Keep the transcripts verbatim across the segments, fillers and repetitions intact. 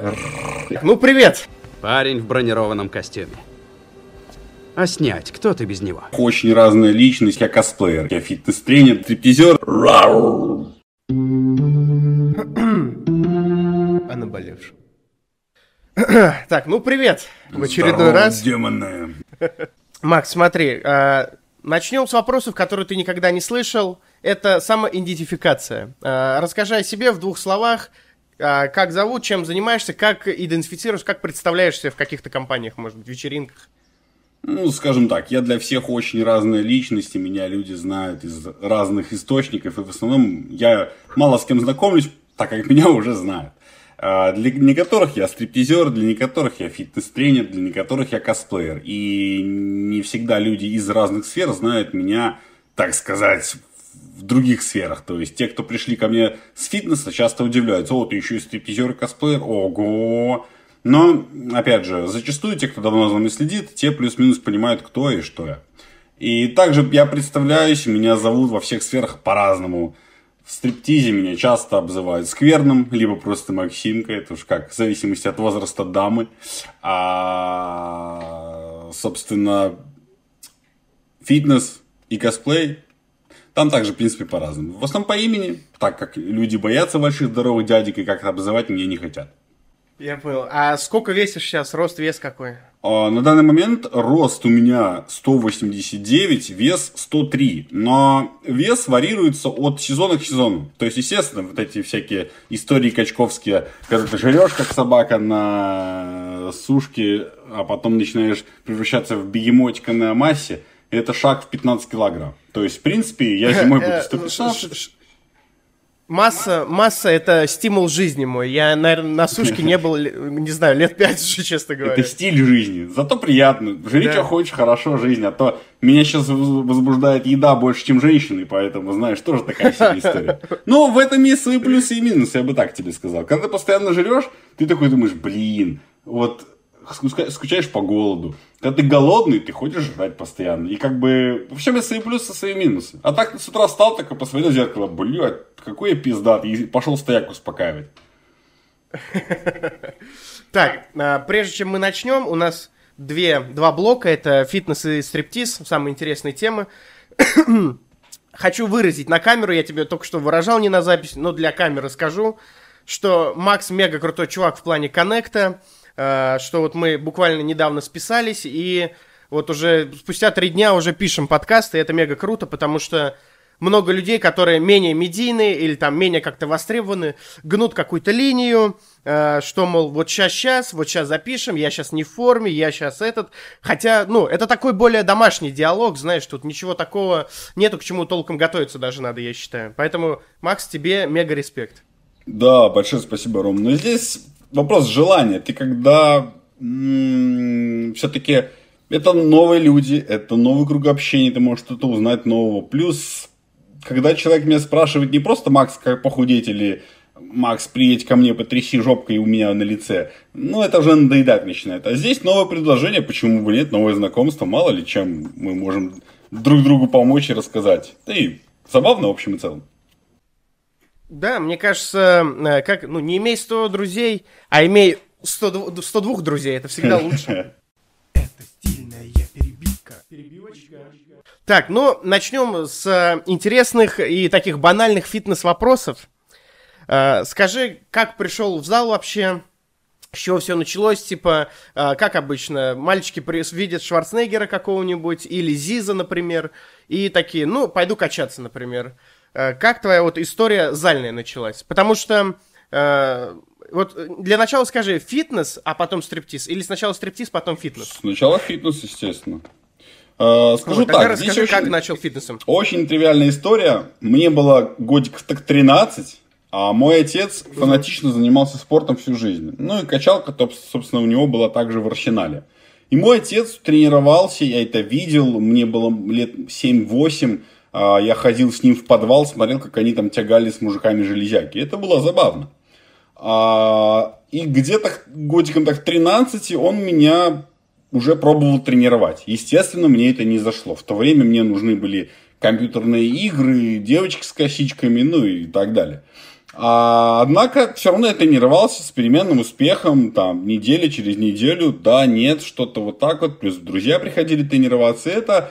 Ну, привет! Парень в бронированном костюме. А снять, кто ты без него? Очень разная личность, я косплеер, я фитнес-тренер, стриптизер. А наболевший. Так, ну привет в очередной Здорово, раз. демоны. Макс, смотри, а, начнем с вопросов, которые ты никогда не слышал. Это самоидентификация. А, расскажи о себе в двух словах. А, как зовут, чем занимаешься, как идентифицируешь, как представляешься в каких-то компаниях, может быть, вечеринках? Ну, скажем так, я для всех очень разная личность, и меня люди знают из разных источников, и в основном я мало с кем знакомлюсь, так как меня уже знают. Для некоторых я стриптизер, для некоторых я фитнес-тренер, для некоторых я косплеер. И не всегда люди из разных сфер знают меня, так сказать, в других сферах. То есть те, кто пришли ко мне с фитнеса, часто удивляются: о, ты еще и стриптизер и косплеер, ого! Но, опять же, зачастую те, кто давно за мной следит, те плюс-минус понимают, кто и что я. И также я представляюсь, меня зовут во всех сферах по-разному. В стриптизе меня часто обзывают скверным, либо просто Максимка, это уж как, в зависимости от возраста дамы. А, собственно, фитнес и косплей, там также, в принципе, по-разному. В основном по имени, так как люди боятся больших здоровых дядек и как-то обзывать меня не хотят. Я понял. А сколько весишь сейчас? Рост, вес какой? А, на данный момент рост у меня сто восемьдесят девять, вес сто три. Но вес варьируется от сезона к сезону. То есть, естественно, вот эти всякие истории качковские, когда ты жрешь как собака на сушке, а потом начинаешь превращаться в бегемотика на массе, это шаг в пятнадцать килограмм. То есть, в принципе, я зимой буду сто пятнадцать. Масса, масса – это стимул жизни мой. Я, наверное, на сушке не был, не знаю, лет пять уже, честно говоря. Это стиль жизни. Зато приятно. Жри, да. Что хочешь, хорошо, жизнь. А то меня сейчас возбуждает еда больше, чем женщины. Поэтому, знаешь, тоже такая себе история. Но в этом есть свои плюсы и минусы, я бы так тебе сказал. Когда ты постоянно жрешь, ты такой думаешь: блин, вот скучаешь по голоду. Когда ты голодный, ты ходишь жрать постоянно. И как бы, в общем, есть свои плюсы, свои минусы. А так ты с утра встал, так и посмотрел в зеркало: блядь, какой я пиздатый. И пошел стояк успокаивать. Так, прежде чем мы начнем, у нас две, два блока. Это фитнес и стриптиз. Самые интересные темы. Хочу выразить на камеру, я тебе только что выражал, не на запись, но для камеры скажу, что Макс мега крутой чувак в плане коннекта. Что вот мы буквально недавно списались, и вот уже спустя три дня уже пишем подкасты, и это мега круто, потому что много людей, которые менее медийные или там менее как-то востребованы, гнут какую-то линию, что, мол, вот сейчас-сейчас, вот сейчас запишем, я сейчас не в форме, я сейчас этот. Хотя, ну, это такой более домашний диалог, знаешь, тут ничего такого нету, к чему толком готовиться даже надо, я считаю. Поэтому, Макс, тебе мега респект. Да, большое спасибо, Ром. Но здесь вопрос желания. Ты когда м- все-таки это новые люди, это новый круг общения, ты можешь что-то узнать нового. Плюс, когда человек меня спрашивает не просто: Макс, как похудеть, или Макс, приедь ко мне, потряси жопкой у меня на лице. Ну, это уже надоедать начинает. А здесь новое предложение, почему бы нет, новое знакомство. Мало ли, чем мы можем друг другу помочь и рассказать. Да и забавно в общем и целом. Да, мне кажется, как, ну, не имей сто друзей, а имей сто два друзей, это всегда лучше. Это стильная перебивка. Перебивочка. Так, ну, начнем с интересных и таких банальных фитнес-вопросов. Скажи, как пришел в зал вообще? С чего все началось? Типа, как обычно, мальчики видят Шварценеггера какого-нибудь или Зиза, например, и такие: ну, пойду качаться, например. Как твоя вот история зальная началась? Потому что, э, вот для начала скажи, фитнес, а потом стриптиз? Или сначала стриптиз, потом фитнес? Сначала фитнес, естественно. Э, скажу вот, так, расскажи, очень, как начал фитнесом. Очень тривиальная история. Мне было годиков так тринадцать, а мой отец фанатично занимался спортом всю жизнь. Ну и качалка, собственно, у него была также в арсенале. И мой отец тренировался, я это видел, мне было лет семь-восемь. Я ходил с ним в подвал, смотрел, как они там тягали с мужиками железяки. Это было забавно. И где-то годиком так тринадцати он меня уже пробовал тренировать. Естественно, мне это не зашло. В то время мне нужны были компьютерные игры, девочки с косичками, ну и так далее. А, однако, все равно я тренировался с переменным успехом, там, неделя через неделю, да, нет, что-то вот так вот, плюс друзья приходили тренироваться, и это,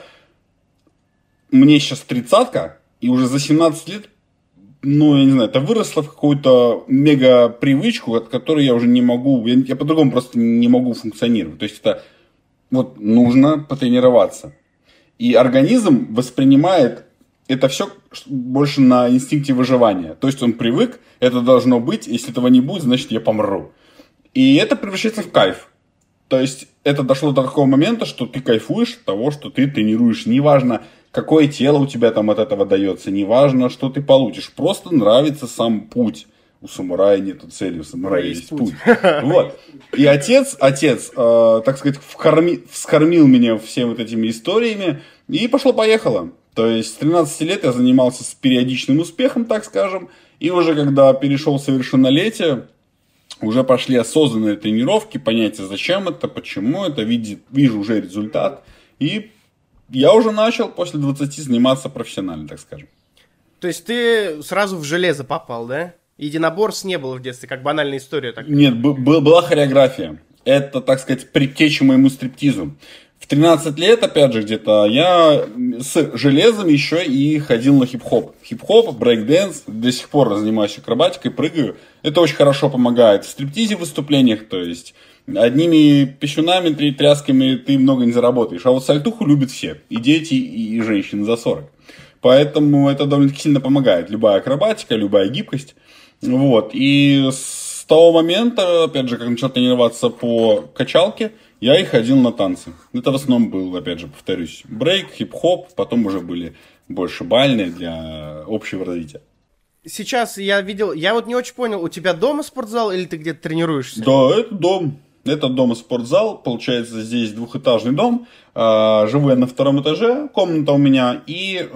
мне сейчас тридцатка, и уже за семнадцать лет, ну, я не знаю, это выросло в какую-то мега привычку, от которой я уже не могу, я, я по-другому просто не могу функционировать, то есть это, вот, нужно потренироваться, и организм воспринимает это все больше на инстинкте выживания. То есть он привык, это должно быть, если этого не будет, значит я помру. И это превращается в кайф. То есть это дошло до такого момента, что ты кайфуешь от того, что ты тренируешь. Неважно, какое тело у тебя там от этого дается, неважно, что ты получишь. Просто нравится сам путь. У самурая нету цели, у самурая есть, есть путь. путь. Вот. И отец, отец, э, так сказать, вкорми, вскормил меня всеми вот этими историями, и пошло-поехало. То есть с тринадцати лет я занимался с периодичным успехом, так скажем, и уже когда перешел в совершеннолетие, уже пошли осознанные тренировки, понятие, зачем это, почему это, види, вижу уже результат, и я уже начал после двадцати заниматься профессионально, так скажем. То есть ты сразу в железо попал, да? Единоборств не было в детстве, как банальная история. Так. Нет, б- была хореография. Это, так сказать, предтеча моему стриптизу. В тринадцать лет, опять же, где-то, я с железом еще и ходил на хип-хоп. Хип-хоп, брейк-дэнс, до сих пор занимаюсь акробатикой, прыгаю. Это очень хорошо помогает в стриптизе выступлениях, то есть одними пищунами, три трясками ты много не заработаешь. А вот сальтуху любят все, и дети, и женщины за сорок. Поэтому это довольно-таки сильно помогает. Любая акробатика, любая гибкость. Вот, и с того момента, опять же, как начал тренироваться по качалке, я и ходил на танцы. Это в основном был, опять же, повторюсь, брейк, хип-хоп, потом уже были больше бальные для общего развития. Сейчас я видел, я вот не очень понял, у тебя дома спортзал или ты где-то тренируешься? Да, это дом. Это дом и спортзал. Получается, здесь двухэтажный дом. Живу я на втором этаже, комната у меня, и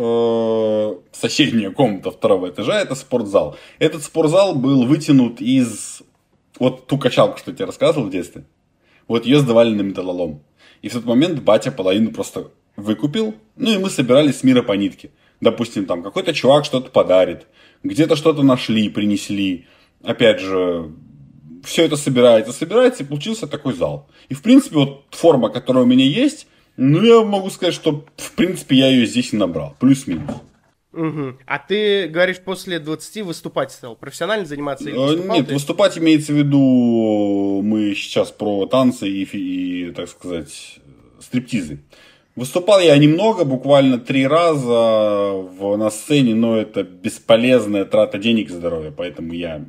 э, соседняя комната второго этажа — это спортзал. Этот спортзал был вытянут из... Вот ту качалку, что я тебе рассказывал в детстве. Вот ее сдавали на металлолом. И в тот момент батя половину просто выкупил. Ну и мы собирались с мира по нитке. Допустим, там какой-то чувак что-то подарит. Где-то что-то нашли, принесли. Опять же, все это собирается, собирается, и получился такой зал. И в принципе, вот форма, которая у меня есть, ну я могу сказать, что в принципе я ее здесь и набрал. Плюс-минус. Угу. А ты, говоришь, после двадцати выступать стал? Профессионально заниматься? Или выступал Нет, ты? выступать имеется в виду, мы сейчас про танцы и, и, так сказать, стриптизы. Выступал я немного, буквально три раза в, на сцене, но это бесполезная трата денег и здоровья, поэтому я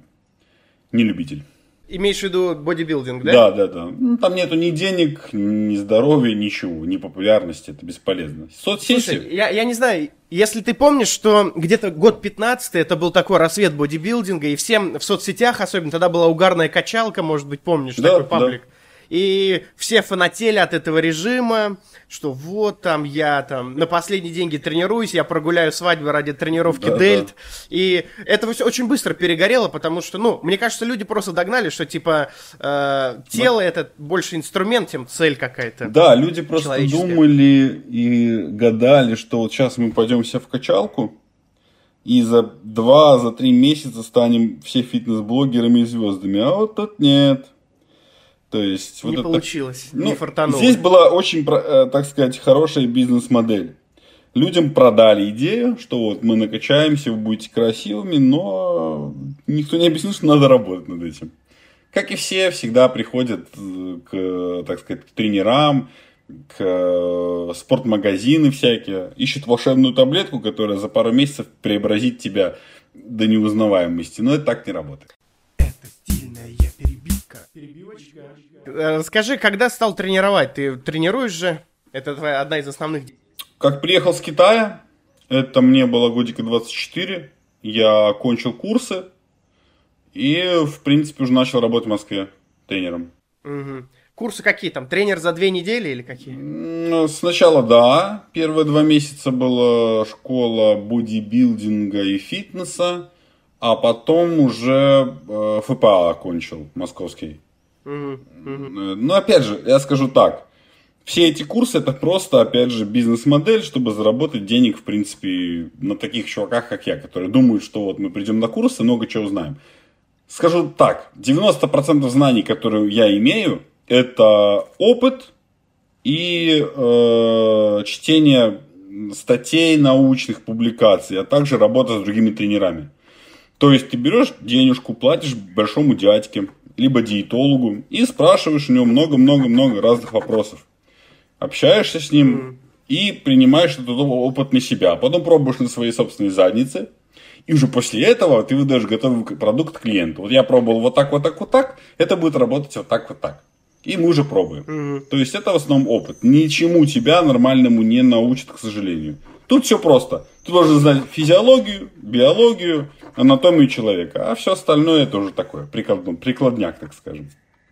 не любитель. Имеешь в виду бодибилдинг, да? Да, да, да. Ну, там нету ни денег, ни здоровья, ничего, ни популярности, это бесполезно. Соцсети. Слушай, я, я не знаю, если ты помнишь, что где-то год пятнадцатый это был такой рассвет бодибилдинга, и всем в соцсетях, особенно тогда была угарная качалка, может быть, помнишь, да, такой паблик. Да. И все фанатели от этого режима, что вот там я там на последние деньги тренируюсь, я прогуляю свадьбу ради тренировки да, дельт. Да. И это все очень быстро перегорело, потому что, ну, мне кажется, люди просто догнали, что типа э, тело да. это больше инструмент, чем цель какая-то. Да, люди просто думали и гадали, что вот сейчас мы пойдем все в качалку, и за два, за три месяца станем все фитнес-блогерами и звездами. А вот тут нет. То есть, не вот получилось, это, не ну, фартануло. Здесь была очень, так сказать, хорошая бизнес-модель. Людям продали идею, что вот мы накачаемся, вы будете красивыми, но никто не объяснил, что надо работать над этим. Как и все, всегда приходят к, так сказать, к тренерам, к спортмагазины всякие, ищут волшебную таблетку, которая за пару месяцев преобразит тебя до неузнаваемости. Но это так не работает. Это стильная перебивка. Перебивочка. Скажи, когда стал тренировать? Ты тренируешь же? Это твоя одна из основных... Как приехал с Китая, это мне было годика двадцать четыре, я окончил курсы и, в принципе, уже начал работать в Москве тренером. Угу. Курсы какие там? Тренер за две недели или какие? Сначала да, первые два месяца была школа бодибилдинга и фитнеса, а потом уже эф пэ а окончил, московский. Угу. Угу. Но опять же, я скажу так. Все эти курсы это просто, опять же, бизнес-модель, чтобы заработать денег, в принципе, на таких чуваках, как я, которые думают, что вот мы придем на курсы, много чего узнаем. Скажу так, девяносто процентов знаний, которые я имею, это опыт и э, чтение статей научных, публикаций, а также работа с другими тренерами. То есть ты берешь денежку, платишь большому дядьке, либо диетологу и спрашиваешь у него много-много-много разных вопросов. Общаешься с ним и принимаешь этот опыт на себя. Потом пробуешь на своей собственной заднице. И уже после этого ты выдаешь готовый продукт клиенту. Вот я пробовал вот так, вот так, вот так. Это будет работать вот так, вот так. И мы уже пробуем. Mm-hmm. То есть это в основном опыт. Ничему тебя нормальному не научат, к сожалению. Тут все просто. Ты должен знать физиологию, биологию, анатомию человека. А все остальное это уже такое, прикладно, прикладняк, так скажем.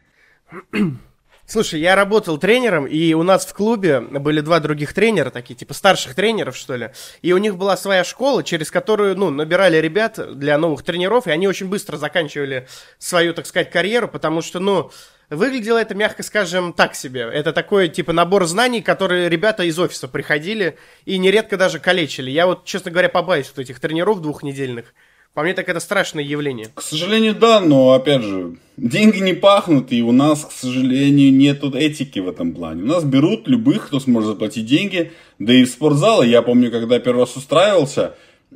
Слушай, я работал тренером, и у нас в клубе были два других тренера, такие типа старших тренеров, что ли. И у них была своя школа, через которую, ну, набирали ребят для новых тренеров, и они очень быстро заканчивали свою, так сказать, карьеру, потому что, ну, выглядело это, мягко скажем, так себе. Это такой, типа, набор знаний, которые ребята из офиса приходили и нередко даже калечили. Я вот, честно говоря, побаюсь вот этих тренеров двухнедельных. По мне, так это страшное явление. К сожалению, да, но, опять же, деньги не пахнут, и у нас, к сожалению, нет этики в этом плане. У нас берут любых, кто сможет заплатить деньги, да и в спортзалы. Я помню, когда первый раз устраивался,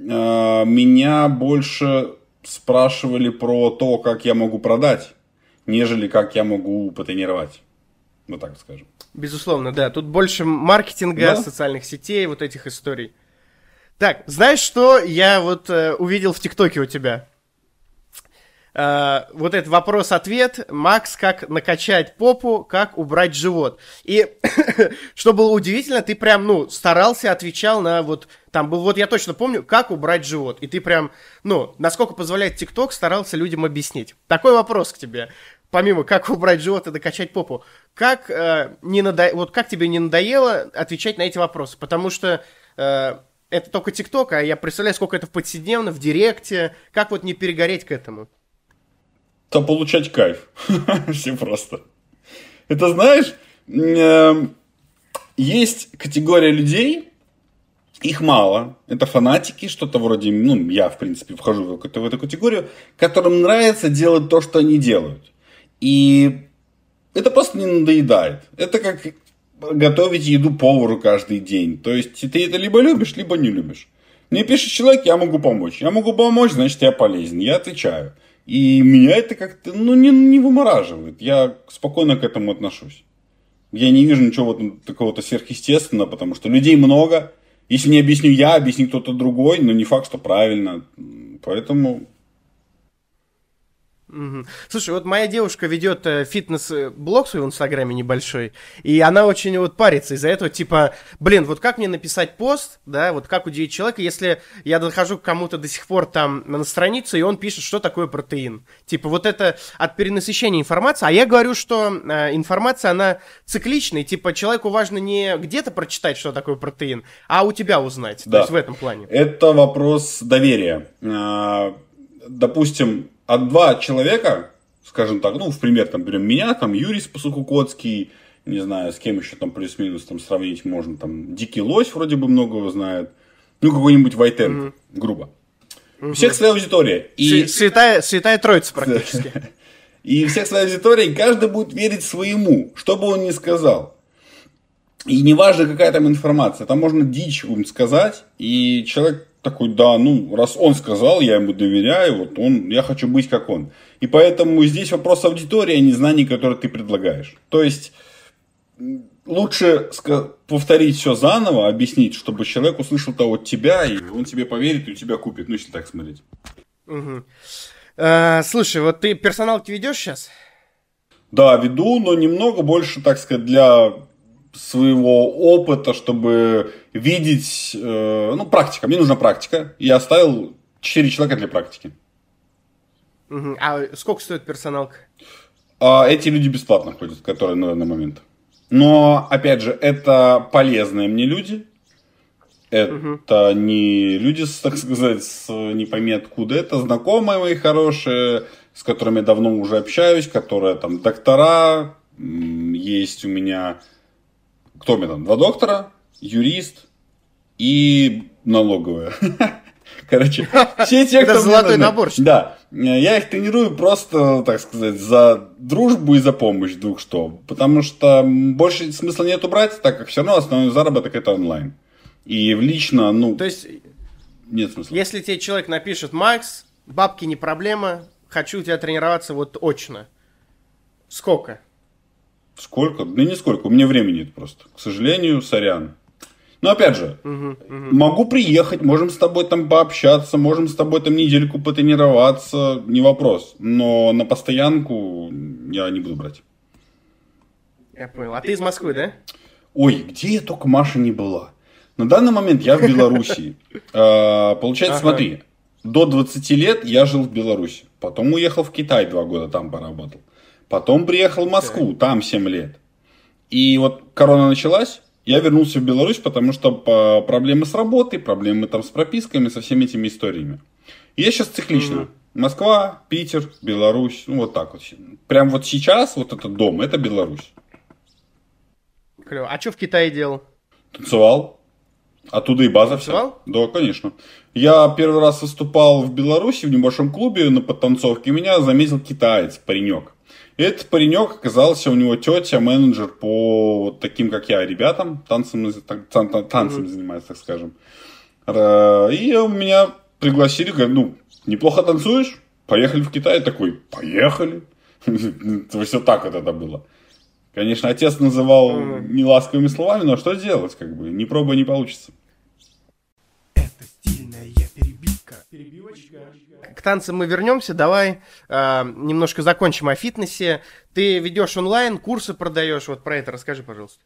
меня больше спрашивали про то, как я могу продать, нежели как я могу потренировать. Вот так скажем. Безусловно, да. Тут больше маркетинга, да? Социальных сетей, вот этих историй. Так, знаешь, что я вот э, увидел в ТикТоке у тебя? Э, вот этот вопрос-ответ. Макс, как накачать попу, как убрать живот. И что было удивительно, ты прям, ну, старался, отвечал на вот... Там был, вот я точно помню, как убрать живот. И ты прям, ну, насколько позволяет ТикТок, старался людям объяснить. Такой вопрос к тебе. Помимо как убрать живот и накачать попу. Как, э, не надо... вот как тебе не надоело отвечать на эти вопросы? Потому что... Э, это только ТикТок, а я представляю, сколько это в повседневно, в директе. Как вот не перегореть к этому? Да получать кайф. Все просто. Это, знаешь, э, есть категория людей, их мало. Это фанатики, что-то вроде, ну, я, в принципе, вхожу в эту, в эту категорию, которым нравится делать то, что они делают. И это просто не надоедает. Это как... готовить еду повару каждый день. То есть ты это либо любишь, либо не любишь. Мне пишет человек, я могу помочь. Я могу помочь, значит я полезен. Я отвечаю. И меня это как-то, ну, не, не вымораживает. Я спокойно к этому отношусь. Я не вижу ничего вот такого-то сверхъестественного, потому что людей много. Если не объясню я, объяснит кто-то другой, но не факт, что правильно. Поэтому... Угу. Слушай, вот моя девушка ведет э, фитнес-блог свой в Инстаграме небольшой, и она очень вот парится из-за этого, типа, блин, вот как мне написать пост, да, вот как удивить человека, если я дохожу к кому-то до сих пор там на страницу, и он пишет, что такое протеин. Типа, вот это от перенасыщения информации, а я говорю, что э, информация, она цикличная, типа, человеку важно не где-то прочитать, что такое протеин, а у тебя узнать, да. То есть в этом плане. Это вопрос доверия. Допустим, от два человека, скажем так, ну, в пример, там, берем меня, там, Юрий Спасухукоцкий, не знаю, с кем еще там плюс-минус там сравнить можно, там, Дикий Лось вроде бы много его знает, ну, какой-нибудь Вайтенг, mm-hmm. грубо. Mm-hmm. У всех своя аудитория. И... Святая, святая троица практически. И у всех своя аудитория, и каждый будет верить своему, что бы он ни сказал. И неважно, какая там информация, там можно дичь им сказать, и человек... такой, да, ну, раз он сказал, я ему доверяю, вот он, я хочу быть как он. И поэтому здесь вопрос аудитории, а не знаний, которые ты предлагаешь. То есть, лучше повторить все заново, объяснить, чтобы человек услышал то от тебя, и он тебе поверит, и у тебя купит, ну, если так смотреть. Угу. А, слушай, вот ты персоналки ведешь сейчас? Да, веду, но немного больше, так сказать, для... своего опыта, чтобы видеть, э, ну, практика. Мне нужна практика. Я оставил четыре человека для практики. Угу. А сколько стоит персоналка? А эти люди бесплатно ходят, которые на данный момент. Но, опять же, это полезные мне люди. Это угу. не люди, так сказать, с не пойми откуда. Это знакомые мои хорошие, с которыми я давно уже общаюсь, которые там доктора. Есть у меня... кто у меня там? Два доктора, юрист и налоговая. Короче, все те, кто... Это золотой наборчик. Да, я их тренирую просто, так сказать, за дружбу и за помощь двух что. Потому что больше смысла нету брать, так как все равно основной заработок это онлайн. И в лично, ну... То есть, нет смысла. Если тебе человек напишет: Макс, бабки не проблема, хочу у тебя тренироваться вот очно. Сколько? Сколько? Да не сколько, у меня времени нет просто. К сожалению, сорян. Но опять же, угу, угу. могу приехать, можем с тобой там пообщаться, можем с тобой там недельку потренироваться, не вопрос. Но на постоянку я не буду брать. Я понял. А ты из Москвы, да? Ой, где я только Маша не была. На данный момент я в Белоруссии. Получается, смотри, до двадцати лет я жил в Беларуси. Потом уехал в Китай, два года там поработал. Потом приехал в Москву, там семь лет. И вот корона началась. Я вернулся в Беларусь, потому что по проблемы с работой, проблемы там с прописками, со всеми этими историями. И я сейчас циклично. Mm-hmm. Москва, Питер, Беларусь. Ну, вот так вот. Прям вот сейчас вот этот дом, это Беларусь. Клево. А что в Китае делал? Танцевал. Оттуда и база Танцевал? вся. Да, конечно. Я первый раз выступал в Беларуси в небольшом клубе на подтанцовке. Меня заметил китаец, паренек. И этот паренек оказался, у него тетя, менеджер по вот таким, как я, ребятам, танцем, тан, танцем mm-hmm. занимается, так скажем. И меня пригласили, говорят, ну, неплохо танцуешь, поехали в Китай. Такой, поехали. Все так вот это было. Конечно, отец называл mm-hmm. неласковыми словами, но что делать, как бы, не пробуя не получится. Это стильная перебивка. Перебивочка. К танцам мы вернемся, давай э, немножко закончим о фитнесе. Ты ведешь онлайн, курсы продаешь, вот про это расскажи, пожалуйста.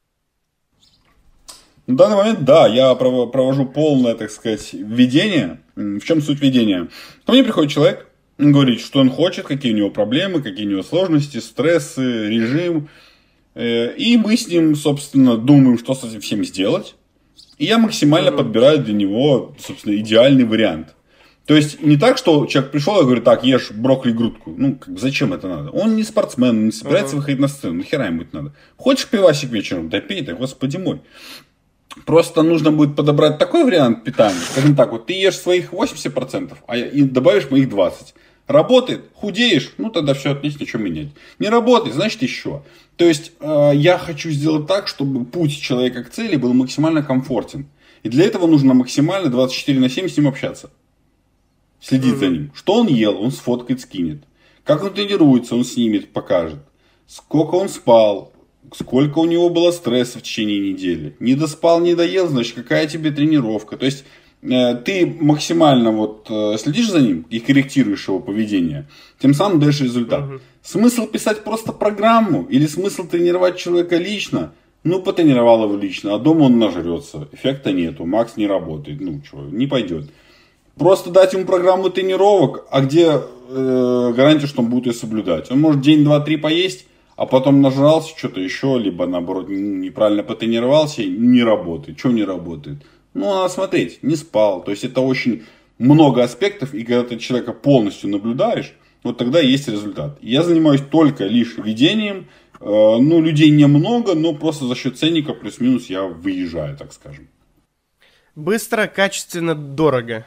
На данный момент, да, я провожу полное, так сказать, введение. В чем суть введения? Ко мне приходит человек, он говорит, что он хочет, какие у него проблемы, какие у него сложности, стрессы, режим. И мы с ним, собственно, думаем, что с этим всем сделать. И я максимально mm-hmm. подбираю для него, собственно, идеальный вариант. То есть, не так, что человек пришел и говорит, так, ешь брокколи грудку. Ну, как, зачем это надо? Он не спортсмен, он не собирается uh-huh. выходить на сцену. Нахера ему это надо? Хочешь пивасик вечером? Да пей, да, господи мой. Просто нужно будет подобрать такой вариант питания. Скажем так, вот ты ешь своих восемьдесят процентов, а и добавишь моих двадцать процентов. Работает, худеешь, ну тогда все, нет ничего менять. Не работает, значит еще. То есть, э, я хочу сделать так, чтобы путь человека к цели был максимально комфортен. И для этого нужно максимально двадцать четыре на семь с ним общаться. Следить mm-hmm. за ним. Что он ел, он сфоткает, скинет. Как он тренируется, он снимет, покажет. Сколько он спал, сколько у него было стресса в течение недели. Не доспал, не доел, значит, какая тебе тренировка. То есть, э, ты максимально вот, э, следишь за ним и корректируешь его поведение. Тем самым даешь результат. Mm-hmm. Смысл писать просто программу или смысл тренировать человека лично? Ну, потренировал его лично, а дома он нажрется. Эффекта нету, Макс не работает. Ну, что, не пойдет. Просто дать ему программу тренировок, а где э, гарантия, что он будет ее соблюдать. Он может день, два, три поесть, а потом нажрался что-то еще, либо наоборот неправильно потренировался, не работает. Что не работает? Ну, надо смотреть, не спал. То есть это очень много аспектов, и когда ты человека полностью наблюдаешь, вот тогда есть результат. Я занимаюсь только лишь ведением. Э, ну, людей немного, но просто за счет ценника плюс-минус я выезжаю, так скажем. Быстро, качественно, дорого.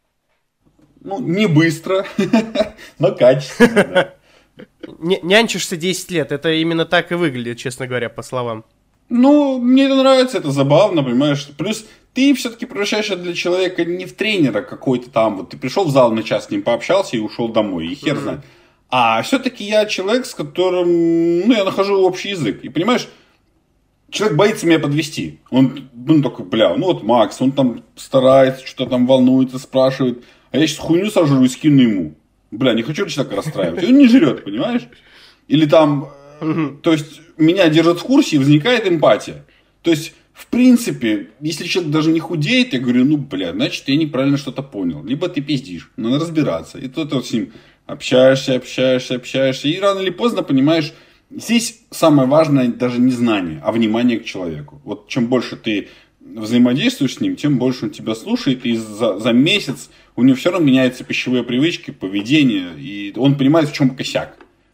Ну, не быстро, но качественно, да. Нянчишься десять лет, это именно так и выглядит, честно говоря, по словам. Ну, мне это нравится, это забавно, понимаешь. Плюс ты все-таки превращаешься для человека не в тренера какой-то там. Вот ты пришел в зал на час, с ним пообщался и ушел домой, и хер mm-hmm. знает. А все-таки я человек, с которым, ну, я нахожу общий язык. И понимаешь, человек боится меня подвести. Он, ну, такой, бля, ну вот Макс, он там старается, что-то там волнуется, спрашивает. А я сейчас хуйню сожру и скину ему. Бля, не хочу человека расстраивать. Он не жрет, понимаешь? Или там, э, то есть, меня держат в курсе и возникает эмпатия. То есть, в принципе, если человек даже не худеет, я говорю, ну, бля, значит, я неправильно что-то понял. Либо ты пиздишь, надо разбираться. И тут вот с ним общаешься, общаешься, общаешься. И рано или поздно понимаешь, здесь самое важное даже не знание, а внимание к человеку. Вот чем больше ты взаимодействуешь с ним, тем больше он тебя слушает, и за, за месяц у него все равно меняются пищевые привычки, поведение, и он понимает, в чем косяк.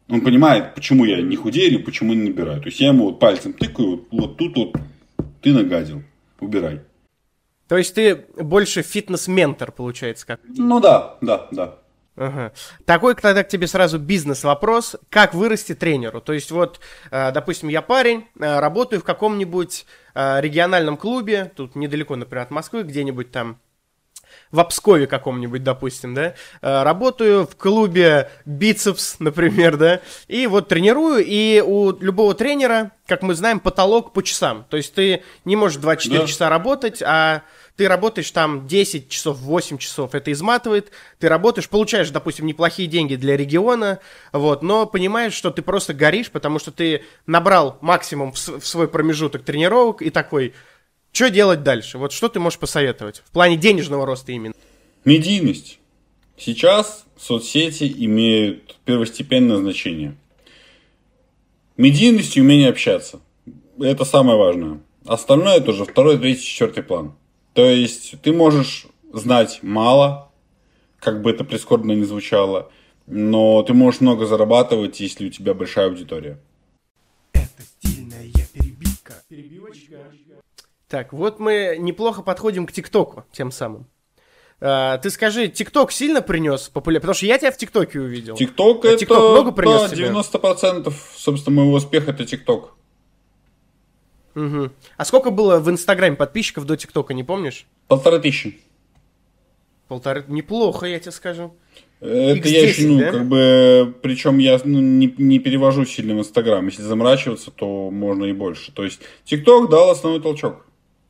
Он понимает, почему я не худею или почему не набираю. То есть я ему вот пальцем тыкаю, вот, вот тут вот ты нагадил, убирай. То есть ты больше фитнес-ментор, получается, как? Ну да, да, да. Ага. Такой тогда к тебе сразу бизнес-вопрос. Как вырасти тренеру? То есть вот, э, допустим, я парень, э, работаю в каком-нибудь э, региональном клубе, тут недалеко, например, от Москвы, где-нибудь там в Пскове каком-нибудь, допустим, да, э, работаю в клубе бицепс, например, да, и вот тренирую, и у любого тренера, как мы знаем, потолок по часам. То есть ты не можешь двадцать четыре да. часа работать, а ты работаешь там десять часов, восемь часов, это изматывает, ты работаешь, получаешь, допустим, неплохие деньги для региона, вот, но понимаешь, что ты просто горишь, потому что ты набрал максимум в, в свой промежуток тренировок и такой, что делать дальше? Вот что ты можешь посоветовать в плане денежного роста именно? Медийность. Сейчас соцсети имеют первостепенное значение. Медийность и умение общаться. Это самое важное. Остальное это уже второй, третий, четвертый план. То есть ты можешь знать мало, как бы это прискорбно ни звучало, но ты можешь много зарабатывать, если у тебя большая аудитория. Это стильная перебивка. Перебивочка. Так, вот мы неплохо подходим к ТикТоку тем самым. А, ты скажи, ТикТок сильно принес популярность? Потому что я тебя в ТикТоке увидел. ТикТок а это TikTok много принес да, тебе? девяносто процентов, собственно, моего успеха это ТикТок. Угу. А сколько было в Инстаграме подписчиков до ТикТока, не помнишь? Полторы тысячи. Полторы, неплохо, я тебе скажу. Это икс десять, я еще, ну, да? как бы, причем я ну, не, не перевожу сильно в Инстаграм. Если заморачиваться, то можно и больше. То есть, ТикТок дал основной толчок.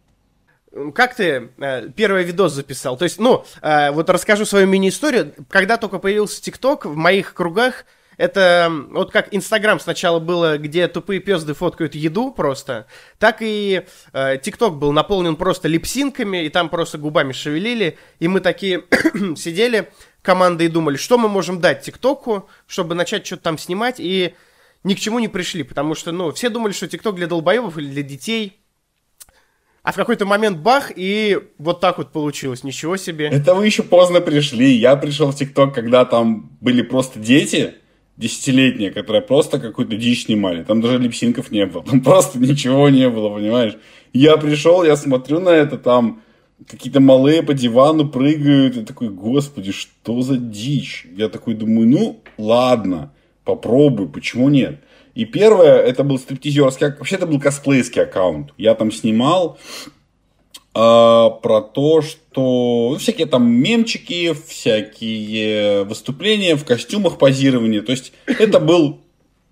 Как ты э, первый видос записал? То есть, ну, э, вот расскажу свою мини-историю. Когда только появился ТикТок, в моих кругах, это вот как Инстаграм сначала было, где тупые пёзды фоткают еду просто, так и э, ТикТок был наполнен просто липсинками, и там просто губами шевелили, и мы такие сидели командой и думали, что мы можем дать ТикТоку, чтобы начать что-то там снимать, и ни к чему не пришли, потому что, ну, все думали, что ТикТок для долбоебов или для детей. А в какой-то момент бах, и вот так вот получилось. Ничего себе. Это вы еще поздно пришли. Я пришел в ТикТок, когда там были просто дети десятилетние, которые просто какую-то дичь снимали. Там даже липсинков не было. Там просто ничего не было, понимаешь? Я пришел, я смотрю на это, там какие-то малые по дивану прыгают. И такой, господи, что за дичь? Я такой думаю, ну, ладно, попробуй, почему нет? И первое, это был стриптизерский, вообще это был косплейский аккаунт. Я там снимал э, про то, что ну, всякие там мемчики, всякие выступления в костюмах, позирование. То есть это был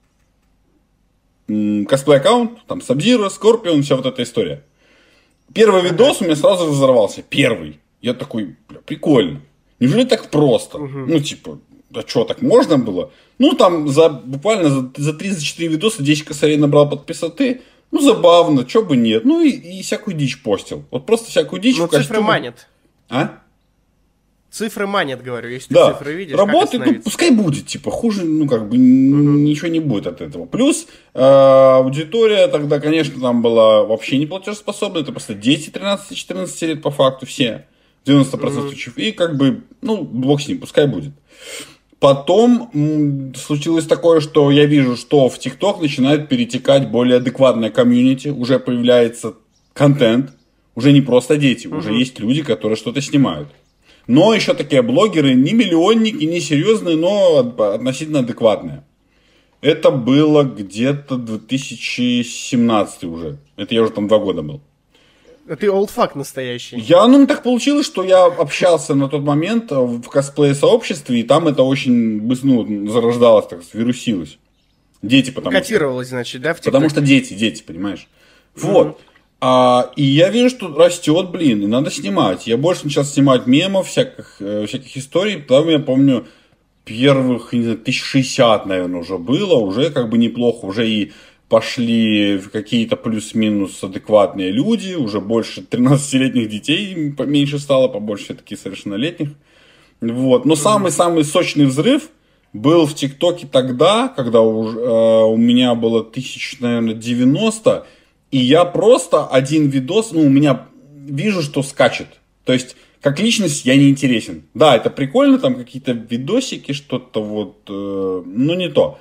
м, косплей-аккаунт, там Саб-Зиро, Скорпион, вся вот эта история. Первый видос у меня сразу же взорвался. Первый. Я такой, бля, прикольно. Неужели так просто? Uh-huh. Ну, типа... Да что, так можно было? Ну, там, за, буквально за, за тридцать четыре видоса десять косарей набрал подписоты. Ну, забавно, чё бы нет. Ну, и, и всякую дичь постил. Вот просто всякую дичь. Ну, в костюме. Цифры манят. А? Цифры манят, говорю. Если да. ты цифры видишь, работает, ну, пускай будет. Типа, хуже, ну, как бы, угу. ничего не будет от этого. Плюс, э, аудитория тогда, конечно, там была вообще не платежеспособная. Это просто дети тринадцать-четырнадцать лет по факту все. девяносто процентов угу. И как бы, ну, бог с ним, пускай будет. Потом м, случилось такое, что я вижу, что в ТикТок начинает перетекать более адекватная комьюнити, уже появляется контент, уже не просто дети, uh-huh. уже есть люди, которые что-то снимают. Но еще такие блогеры, не миллионники, не серьезные, но относительно адекватные. Это было где-то две тысячи семнадцатый уже, это я уже там два года был. Ты олдфак настоящий. Я, ну, так получилось, что я общался на тот момент в косплей-сообществе, и там это очень быстро, ну, зарождалось, так вирусилось. Дети, потому что... Котировалось, значит, да, в ТикТоке? Потому что дети, дети, понимаешь? Вот. Mm-hmm. А, и я вижу, что растет, блин, и надо снимать. Я больше начал снимать мемов, всяких, э, всяких историй. Потом я помню, первых, не знаю, тысяч шестьдесят, наверное, уже было. Уже как бы неплохо, уже и... Пошли какие-то плюс-минус адекватные люди, уже больше тринадцатилетних детей поменьше стало, побольше все-таки совершеннолетних. Вот. Но самый-самый сочный взрыв был в ТикТоке тогда, когда уже, э, у меня было тысяч, наверное, девяносто, и я просто один видос, ну, у меня вижу, что скачет. То есть, как личность я не интересен. Да, это прикольно, там какие-то видосики, что-то вот, э, но не то.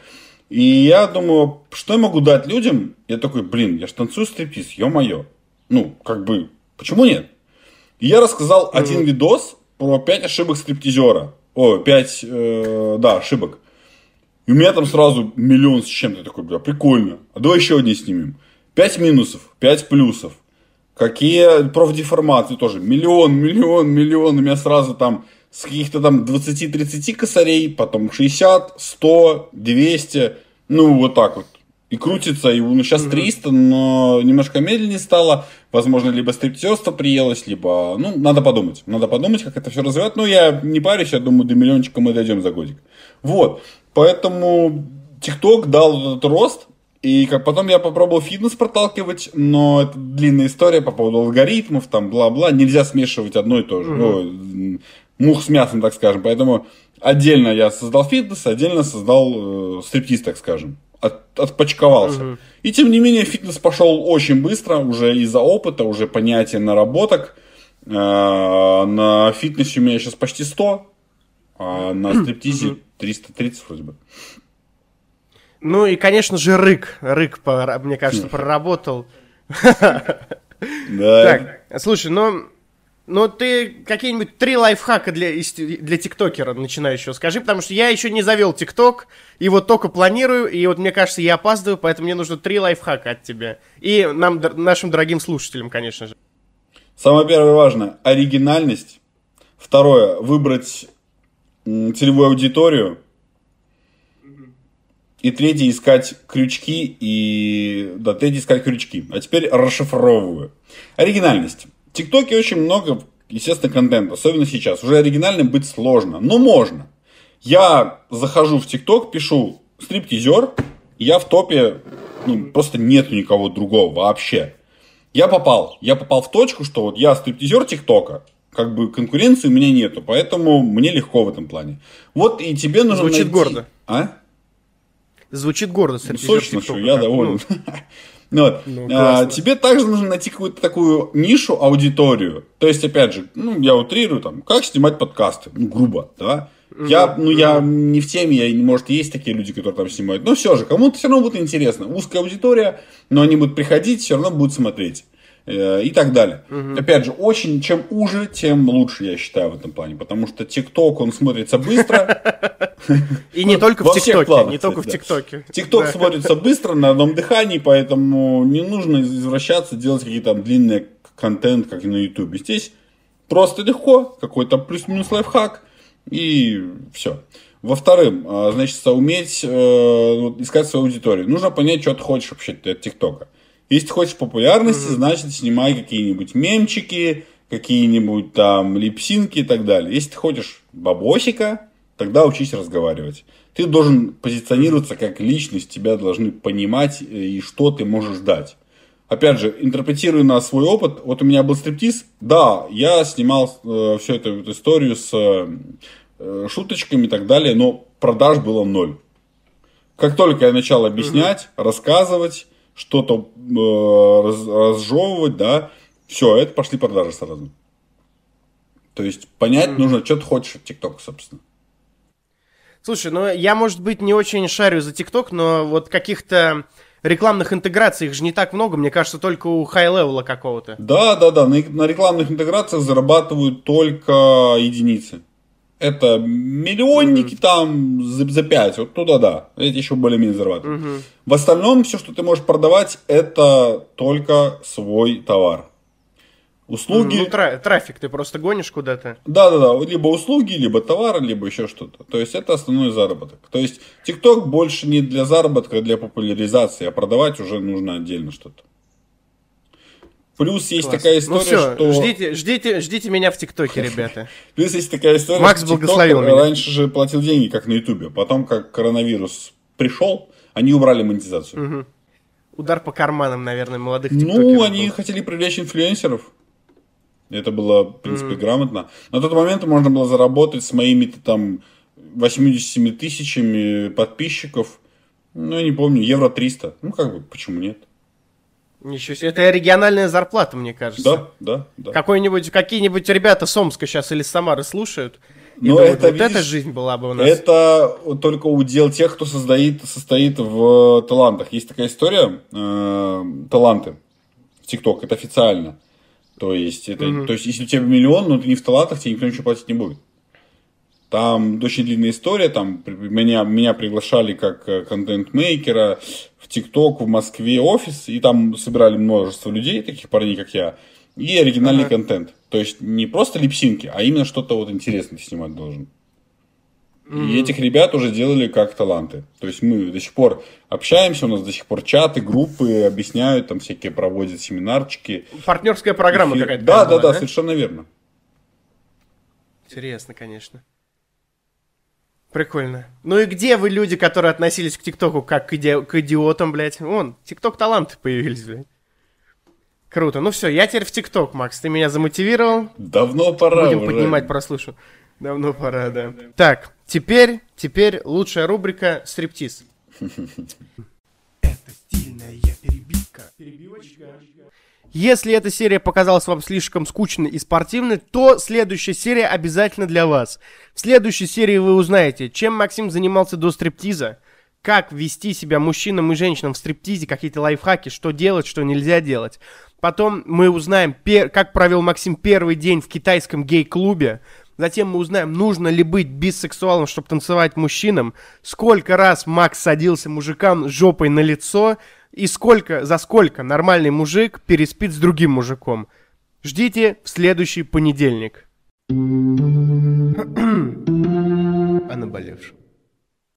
И я думаю, что я могу дать людям? Я такой, блин, я ж танцую стриптиз, ё-моё. Ну, как бы, почему нет? И я рассказал mm-hmm. один видос про пять ошибок стриптизера. О, пять, э, да, ошибок. И у меня там сразу миллион с чем-то. Я такой, бля, прикольно. А давай еще одни снимем. Пять минусов, пять плюсов. Какие профдеформации тоже. Миллион, миллион, миллион. У меня сразу там с каких-то там двадцать-тридцать косарей, потом шестьдесят, сто, двести. Ну, вот так вот. И крутится, и ну, сейчас триста, но немножко медленнее стало. Возможно, либо стриптизерство приелось, либо... Ну, надо подумать. Надо подумать, как это все развивать. Но я не парюсь, я думаю, до миллиончика мы дойдем за годик. Вот. Поэтому TikTok дал этот рост. И как потом я попробовал фитнес проталкивать, но это длинная история по поводу алгоритмов, там, бла-бла. Нельзя смешивать одно и то же. Mm-hmm. Ну, мух с мясом, так скажем. Поэтому отдельно я создал фитнес, отдельно создал э, стриптиз, так скажем. От, отпочковался. Угу. И тем не менее, фитнес пошел очень быстро, уже из-за опыта, уже понятия наработок. Э, на фитнесе у меня сейчас почти сто, а на стриптизе угу. триста тридцать вроде бы. Ну и, конечно же, рык. Рык, мне кажется, проработал. Так, слушай, ну... Ну, ты какие-нибудь три лайфхака для, для тиктокера начинающего скажи, потому что я еще не завел тикток, и вот только планирую, и вот мне кажется, я опаздываю, поэтому мне нужно три лайфхака от тебя. И нам, нашим дорогим слушателям, конечно же. Самое первое важное – оригинальность. Второе – выбрать целевую аудиторию. И третье – искать крючки. И... Да, третье – искать крючки. А теперь расшифровываю. Оригинальность. В ТикТоке очень много, естественно, контента, особенно сейчас. Уже оригинальным быть сложно, но можно. Я захожу в ТикТок, пишу стриптизер, и я в топе, ну, просто нету никого другого вообще. Я попал, я попал в точку, что вот я стриптизер ТикТока, как бы конкуренции у меня нету, поэтому мне легко в этом плане. Вот и тебе нужно Звучит найти... гордо. А? Звучит гордо, стриптизер ТикТока. ТикТока. Я доволен. Вот. Ну, а, тебе также нужно найти какую-то такую нишу, аудиторию. То есть, опять же, ну, я утрирую, там, как снимать подкасты, ну, грубо, да. Mm-hmm. Я, ну, mm-hmm. я не в теме, я, может, есть такие люди, которые там снимают, но все же, кому-то все равно будет интересно. Узкая аудитория, но они будут приходить, все равно будут смотреть. Э, и так далее. Mm-hmm. Опять же, очень, чем уже, тем лучше, я считаю, в этом плане. Потому что ТикТок, он смотрится быстро. И не только в ТикТоке. Не только в ТикТоке. ТикТок смотрится быстро, на одном дыхании, поэтому не нужно извращаться, делать какие-то там длинные контент, как и на Ютубе. Здесь просто легко, какой-то плюс-минус лайфхак, и все. Во-вторых, значит, уметь э, искать свою аудиторию. Нужно понять, что ты хочешь вообще от ТикТока. Если ты хочешь популярности, mm-hmm. значит, снимай какие-нибудь мемчики, какие-нибудь там липсинки и так далее. Если ты хочешь бабосика, тогда учись разговаривать. Ты должен позиционироваться как личность, тебя должны понимать и что ты можешь дать. Опять же, интерпретирую на свой опыт. Вот у меня был стриптиз. Да, я снимал э, всю эту, эту историю с э, шуточками и так далее, но продаж было ноль. Как только я начал объяснять, mm-hmm. рассказывать, что-то э, раз, разжевывать, да, все, это пошли продажи сразу. То есть понять mm-hmm. нужно, что ты хочешь от ТикТока, собственно. Слушай, ну я, может быть, не очень шарю за ТикТок, но вот каких-то рекламных интеграций их же не так много, мне кажется, только у хай-левела какого-то. Да, да, да, на, на рекламных интеграциях зарабатывают только единицы. Это миллионники mm-hmm. там за, за пять, вот туда да, эти еще более-менее зарабатывают. Mm-hmm. В остальном все, что ты можешь продавать, это только свой товар. Услуги... Ну, тра- трафик ты просто гонишь куда-то. Да-да-да, либо услуги, либо товары, либо еще что-то. То есть это основной заработок. То есть TikTok больше не для заработка, а для популяризации, а продавать уже нужно отдельно что-то. Плюс есть Класс. такая история, ну все, что... Ждите, ждите, ждите меня в ТикТоке, ребята. Плюс есть такая история, Макс что благословил TikTok меня. раньше же платил деньги, как на Ютубе. Потом, как коронавирус пришел, они убрали монетизацию. Угу. Удар по карманам, наверное, молодых тиктокеров. Ну, они был. хотели привлечь инфлюенсеров. Это было, в принципе, mm-hmm. грамотно. На тот момент можно было заработать с моими-то там восемьдесят тысячами подписчиков. Ну, я не помню, евро триста. Ну, как бы, почему нет? Ничего себе. Это региональная зарплата, мне кажется. Да, да, да. Какой-нибудь, какие-нибудь ребята с Омска сейчас или с Самары слушают И думаю, это, вот видишь, это жизнь была бы у нас. Это только удел тех, кто создает, состоит в талантах. Есть такая история, э, таланты в ТикТок, это официально. То есть, это, mm-hmm. то есть, если у тебя миллион, но ты не в талантах, тебе никто ничего платить не будет. Там очень длинная история, там меня, меня приглашали как контент-мейкера в ТикТок в Москве офис, и там собирали множество людей, таких парней, как я, и оригинальный ага. контент. То есть не просто липсинки, а именно что-то вот интересное снимать должен. Mm-hmm. И этих ребят уже делали как таланты. То есть мы до сих пор общаемся, у нас до сих пор чаты, группы, объясняют, там всякие проводят семинарчики. Партнерская программа эфир. какая-то. Да, да, да, да, совершенно верно. Интересно, конечно. Прикольно. Ну и где вы, люди, которые относились к ТикТоку как к, иди- к идиотам, блядь? Вон, ТикТок-таланты появились, блядь. Круто. Ну все, я теперь в ТикТок, Макс. Ты меня замотивировал. Давно пора Будем уже. поднимать прослушу. Давно пора, да. Так, теперь, теперь лучшая рубрика «Стриптиз». Это стильная перебивка. Перебивочка. Если эта серия показалась вам слишком скучной и спортивной, то следующая серия обязательно для вас. В следующей серии вы узнаете, чем Максим занимался до стриптиза, как вести себя мужчинам и женщинам в стриптизе, какие-то лайфхаки, что делать, что нельзя делать. Потом мы узнаем, пер- как провел Максим первый день в китайском гей-клубе. Затем мы узнаем, нужно ли быть бисексуалом, чтобы танцевать мужчинам, сколько раз Макс садился мужикам жопой на лицо, и сколько, за сколько нормальный мужик переспит с другим мужиком. Ждите в следующий понедельник. О наболевшем.